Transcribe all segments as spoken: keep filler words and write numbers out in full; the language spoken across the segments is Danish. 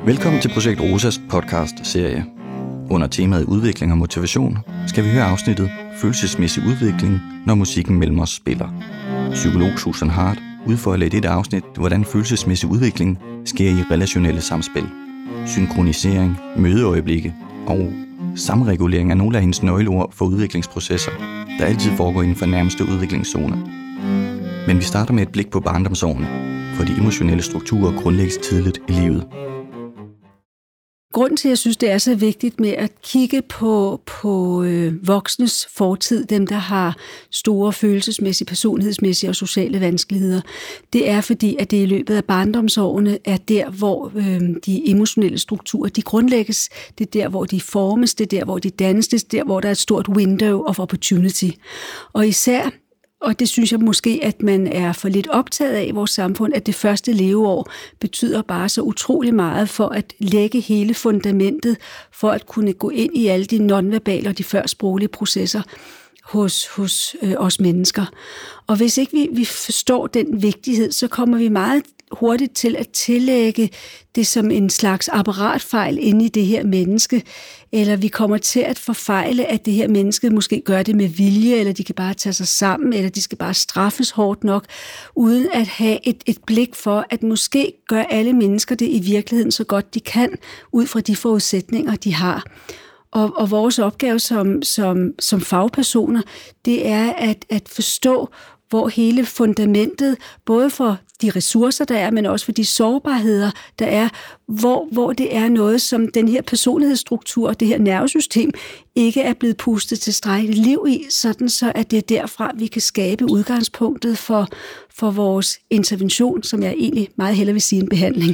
Velkommen til Projekt Rosas podcast-serie. Under temaet udvikling og motivation skal vi høre afsnittet følelsesmæssig udvikling, når musikken mellem os spiller. Psykolog Susan Hart udfolder i dette afsnit, hvordan følelsesmæssig udvikling sker i relationelle samspil. Synkronisering, mødeøjeblikke og samregulering er nogle af hendes nøgleord for udviklingsprocesser, der altid foregår inden for nærmeste udviklingszone. Men vi starter med et blik på barndomsårene, for de emotionelle strukturer grundlægges tidligt i livet. Grunden til, at jeg synes, det er så vigtigt med at kigge på, på øh, voksnes fortid, dem der har store følelsesmæssige, personlighedsmæssige og sociale vanskeligheder, det er fordi, at det i løbet af barndomsårene er der, hvor øh, de emotionelle strukturer de grundlægges, det er der, hvor de formes, det er der, hvor de dannes, det er der, hvor der er et stort window of opportunity. Og især Og det synes jeg måske, at man er for lidt optaget af i vores samfund, at det første leveår betyder bare så utrolig meget for at lægge hele fundamentet, for at kunne gå ind i alle de nonverbale og de førsproglige processer hos, hos øh, os mennesker. Og hvis ikke vi, vi forstår den vigtighed, så kommer vi meget hurtigt til at tillægge det som en slags apparatfejl inde i det her menneske, eller vi kommer til at forfejle, at det her menneske måske gør det med vilje, eller de kan bare tage sig sammen, eller de skal bare straffes hårdt nok, uden at have et, et blik for, at måske gør alle mennesker det i virkeligheden så godt de kan, ud fra de forudsætninger, de har. Og, og vores opgave som, som, som fagpersoner, det er at, at forstå, hvor hele fundamentet, både for de ressourcer, der er, men også for de sårbarheder, der er, hvor, hvor det er noget, som den her personlighedsstruktur, det her nervesystem, ikke er blevet pustet tilstrækkeligt liv i, sådan så at det er derfra, vi kan skabe udgangspunktet for, for vores intervention, som jeg egentlig meget hellere vil sige en behandling.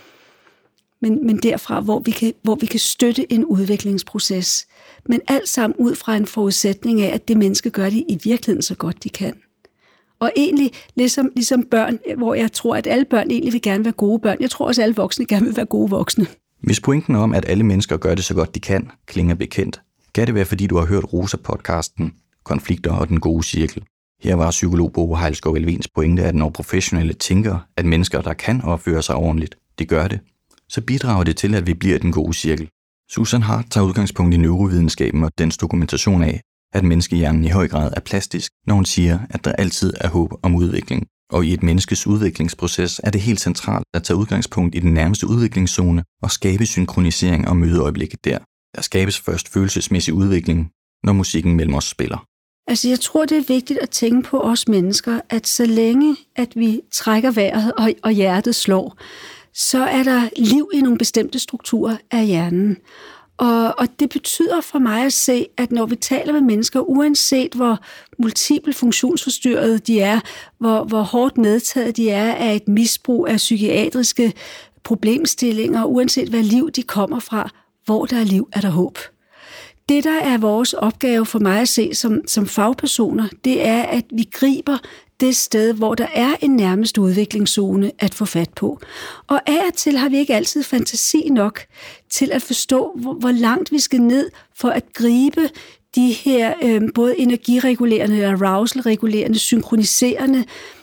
Men, men derfra, hvor vi, kan, hvor vi kan støtte en udviklingsproces. Men alt sammen ud fra en forudsætning af, at det menneske gør det i virkeligheden så godt de kan. Og egentlig ligesom, ligesom børn, hvor jeg tror, at alle børn egentlig vil gerne være gode børn. Jeg tror også, at alle voksne gerne vil være gode voksne. Hvis pointen om, at alle mennesker gør det så godt de kan, klinger bekendt, kan det være, fordi du har hørt Rosa-podcasten Konflikter og den gode cirkel. Her var psykolog Bo Heilskov Elvens pointe, at når professionelle tænker, at mennesker, der kan opføre sig ordentligt, det gør det, så bidrager det til, at vi bliver den gode cirkel. Susan Hart tager udgangspunkt i neurovidenskaben og dens dokumentation af, at menneskehjernen i høj grad er plastisk, når hun siger, at der altid er håb om udvikling. Og i et menneskes udviklingsproces er det helt centralt at tage udgangspunkt i den nærmeste udviklingszone og skabe synkronisering og mødeøjeblikket der. Der skabes først følelsesmæssig udvikling, når musikken mellem os spiller. Altså jeg tror, det er vigtigt at tænke på os mennesker, at så længe at vi trækker vejret og, og hjertet slår, så er der liv i nogle bestemte strukturer af hjernen. Og, og det betyder for mig at se, at når vi taler med mennesker, uanset hvor multiple funktionsforstyrrede de er, hvor, hvor hårdt medtaget de er af et misbrug af psykiatriske problemstillinger, uanset hvad liv de kommer fra, hvor der er liv, er der håb. Det, der er vores opgave for mig at se som, som fagpersoner, det er, at vi griber det sted, hvor der er en nærmeste udviklingszone at få fat på. Og af og til har vi ikke altid fantasi nok til at forstå, hvor, hvor langt vi skal ned for at gribe de her øh, både energiregulerende, arousal-regulerende, synkroniserende,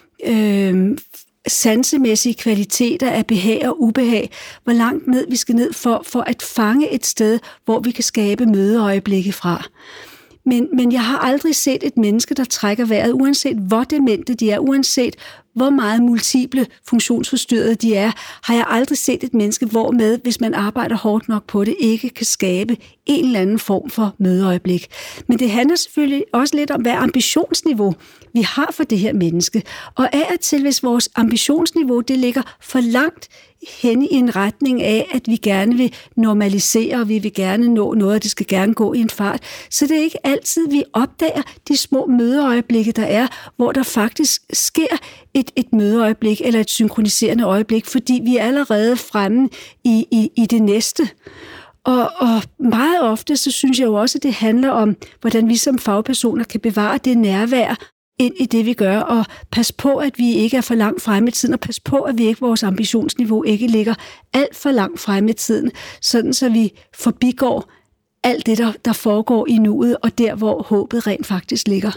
øh, sansemæssige kvaliteter af behag og ubehag, hvor langt ned vi skal ned for, for at fange et sted, hvor vi kan skabe mødeøjeblikke fra. Men, men jeg har aldrig set et menneske, der trækker vejret, uanset hvor demente de er, uanset hvor meget multiple funktionsforstyrrede de er, har jeg aldrig set et menneske, hvor med, hvis man arbejder hårdt nok på det, ikke kan skabe en eller anden form for mødeøjeblik. Men det handler selvfølgelig også lidt om, hvad ambitionsniveau vi har for det her menneske. Og af og til, hvis vores ambitionsniveau det ligger for langt hen i en retning af, at vi gerne vil normalisere, og vi vil gerne nå noget, og det skal gerne gå i en fart. Så det er ikke altid, vi opdager de små mødeøjeblikke, der er, hvor der faktisk sker et, et mødeøjeblik eller et synkroniserende øjeblik, fordi vi er allerede fremme i, i, i det næste. Og, og meget ofte, så synes jeg jo også, at det handler om, hvordan vi som fagpersoner kan bevare det nærvær ind i det, vi gør, og pas på, at vi ikke er for langt fremme i tiden, og pas på, at vi ikke, vores ambitionsniveau ikke ligger alt for langt fremme i tiden, sådan så vi forbigår alt det, der, der foregår i nuet, og der, hvor håbet rent faktisk ligger.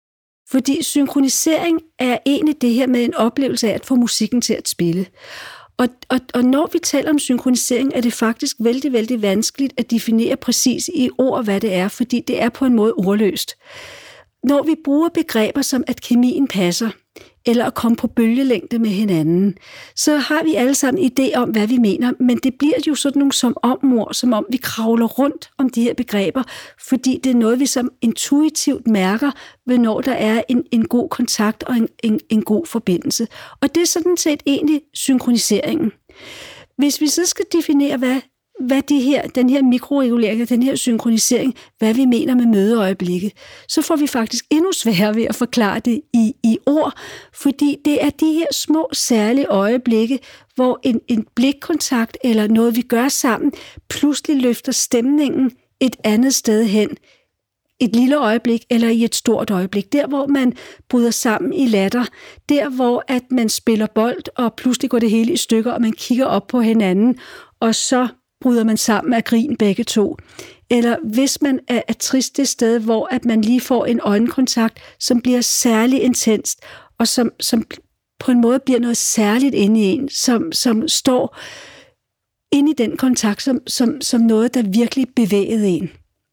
Fordi synkronisering er egentlig det her med en oplevelse af at få musikken til at spille. Og, og, og når vi taler om synkronisering, er det faktisk vældig, vældig vanskeligt at definere præcis i ord, hvad det er, fordi det er på en måde ordløst. Når vi bruger begreber som, at kemien passer, eller at komme på bølgelængde med hinanden, så har vi alle sammen en idé om, hvad vi mener, men det bliver jo sådan nogle som omord, som om vi kravler rundt om de her begreber, fordi det er noget, vi som intuitivt mærker, når der er en, en god kontakt og en, en, en god forbindelse. Og det er sådan set egentlig synkroniseringen. Hvis vi så skal definere, hvad hvad de her, den her mikroregulering, den her synkronisering, hvad vi mener med mødeøjeblikket, så får vi faktisk endnu sværere ved at forklare det i, i ord, fordi det er de her små særlige øjeblikke, hvor en, en blikkontakt eller noget, vi gør sammen, pludselig løfter stemningen et andet sted hen. Et lille øjeblik eller i et stort øjeblik. Der, hvor man bryder sammen i latter. Der, hvor at man spiller bold, og pludselig går det hele i stykker, og man kigger op på hinanden, og så bryder man sammen af grin begge to. Eller hvis man er, er trist det sted, hvor at man lige får en øjenkontakt, som bliver særlig intenst, og som, som på en måde bliver noget særligt inde i en, som, som står inde i den kontakt, som, som, som noget, der virkelig bevægede en.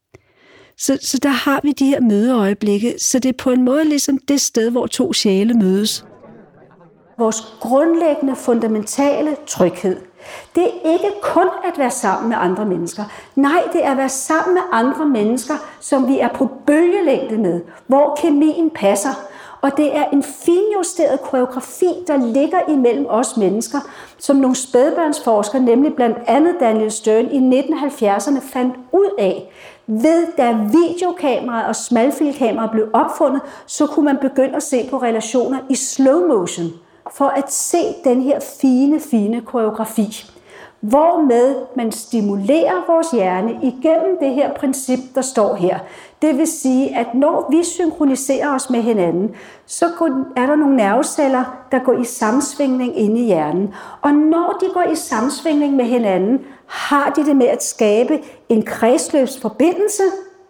Så, så der har vi de her mødeøjeblikke, så det er på en måde ligesom det sted, hvor to sjæle mødes. Vores grundlæggende, fundamentale tryghed, det er ikke kun at være sammen med andre mennesker. Nej, det er at være sammen med andre mennesker, som vi er på bølgelængde med, hvor kemien passer. Og det er en finjusteret koreografi, der ligger imellem os mennesker, som nogle spædbørnsforskere, nemlig blandt andet Daniel Stern i nitten halvfjerdserne, fandt ud af. Ved da videokameraet og smalfilkameraet blev opfundet, så kunne man begynde at se på relationer i slow motion, for at se den her fine, fine koreografi, hvormed man stimulerer vores hjerne igennem det her princip, der står her. Det vil sige, at når vi synkroniserer os med hinanden, så er der nogle nerveceller, der går i samsvingning inde i hjernen. Og når de går i samsvingning med hinanden, har de det med at skabe en kredsløbsforbindelse,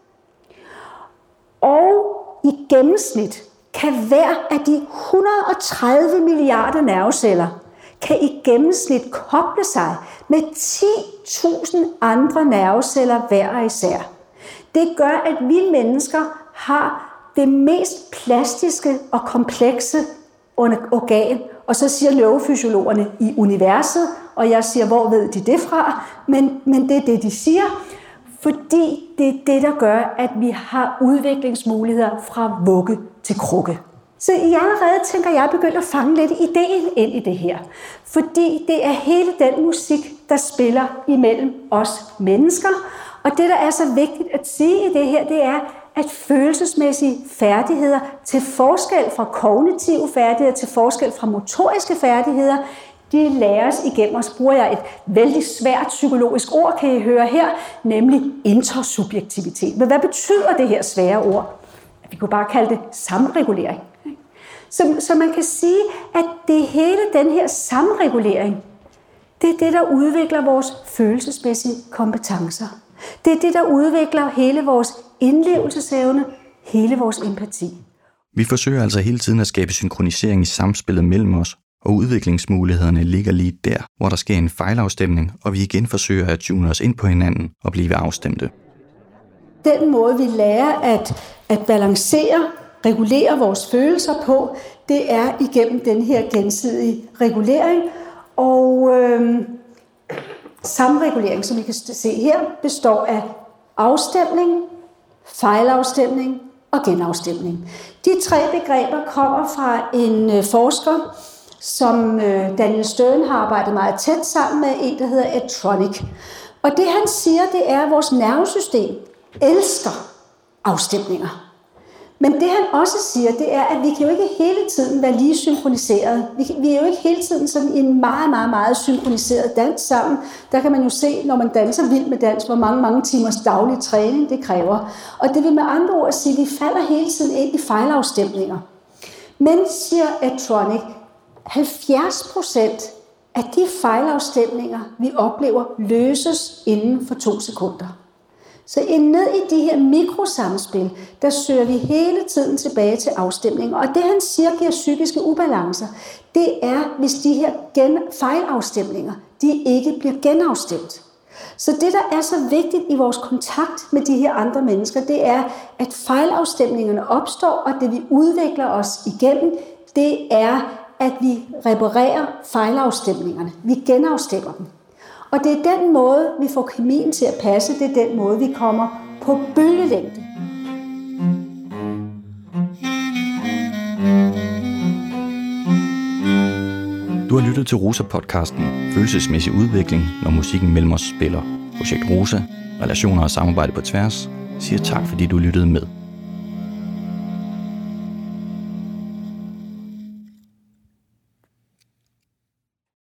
og i gennemsnit kan hver af de et hundrede og tredive milliarder nerveceller kan i gennemsnit koble sig med ti tusind andre nerveceller hver især. Det gør, at vi mennesker har det mest plastiske og komplekse organ, og så siger neurofysiologerne i universet, og jeg siger, hvor ved de det fra? Men, men det er det, de siger, fordi det er det, der gør, at vi har udviklingsmuligheder fra vugge til krukke. Så I allerede, tænker jeg, begyndt at fange lidt ideen ind i det her. Fordi det er hele den musik, der spiller imellem os mennesker. Og det, der er så vigtigt at sige i det her, det er, at følelsesmæssige færdigheder til forskel fra kognitive færdigheder, til forskel fra motoriske færdigheder, de læres igennem, og så bruger jeg et vældig svært psykologisk ord, kan I høre her, nemlig intersubjektivitet. Men hvad betyder det her svære ord? Vi kunne bare kalde det samregulering. Så, så man kan sige, at det hele den her samregulering, det er det, der udvikler vores følelsesmæssige kompetencer. Det er det, der udvikler hele vores indlevelsesevne, hele vores empati. Vi forsøger altså hele tiden at skabe synkronisering i samspillet mellem os, og udviklingsmulighederne ligger lige der, hvor der sker en fejlafstemning, og vi igen forsøger at tune os ind på hinanden og blive afstemte. Den måde, vi lærer at, at balancere, regulere vores følelser på, det er igennem den her gensidige regulering. Og øh, samregulering, som I kan se her, består af afstemning, fejlafstemning og genafstemning. De tre begreber kommer fra en øh, forsker, som øh, Daniel Stern har arbejdet meget tæt sammen med, en der hedder Ed Tronick. Og det han siger, det er, at vores nervesystem elsker afstemninger. Men det han også siger, det er, at vi kan jo ikke hele tiden være lige synkroniseret. Vi, vi er jo ikke hele tiden sådan i en meget, meget, meget synkroniseret dans sammen. Der kan man jo se, når man danser vildt med dans, hvor mange, mange timers daglig træning det kræver. Og det vil med andre ord sige, at vi falder hele tiden ind i fejlafstemninger. Men, siger Ed Tronick, halvfjerds procent af de fejlafstemninger, vi oplever, løses inden for to sekunder. Så ned i de her mikrosamspil, der søger vi hele tiden tilbage til afstemning. Og det han siger giver psykiske ubalancer, det er, hvis de her gen- fejlafstemninger, de ikke bliver genafstemt. Så det, der er så vigtigt i vores kontakt med de her andre mennesker, det er, at fejlafstemningerne opstår, og det vi udvikler os igennem, det er, at vi reparerer fejlafstemningerne. Vi genafstemmer dem. Og det er den måde, vi får kemien til at passe. Det er den måde, vi kommer på bølgelængde. Du har lyttet til Rosa-podcasten Følelsesmæssig udvikling, når musikken mellem os spiller. Projekt Rosa, relationer og samarbejde på tværs, siger tak, fordi du lyttede med.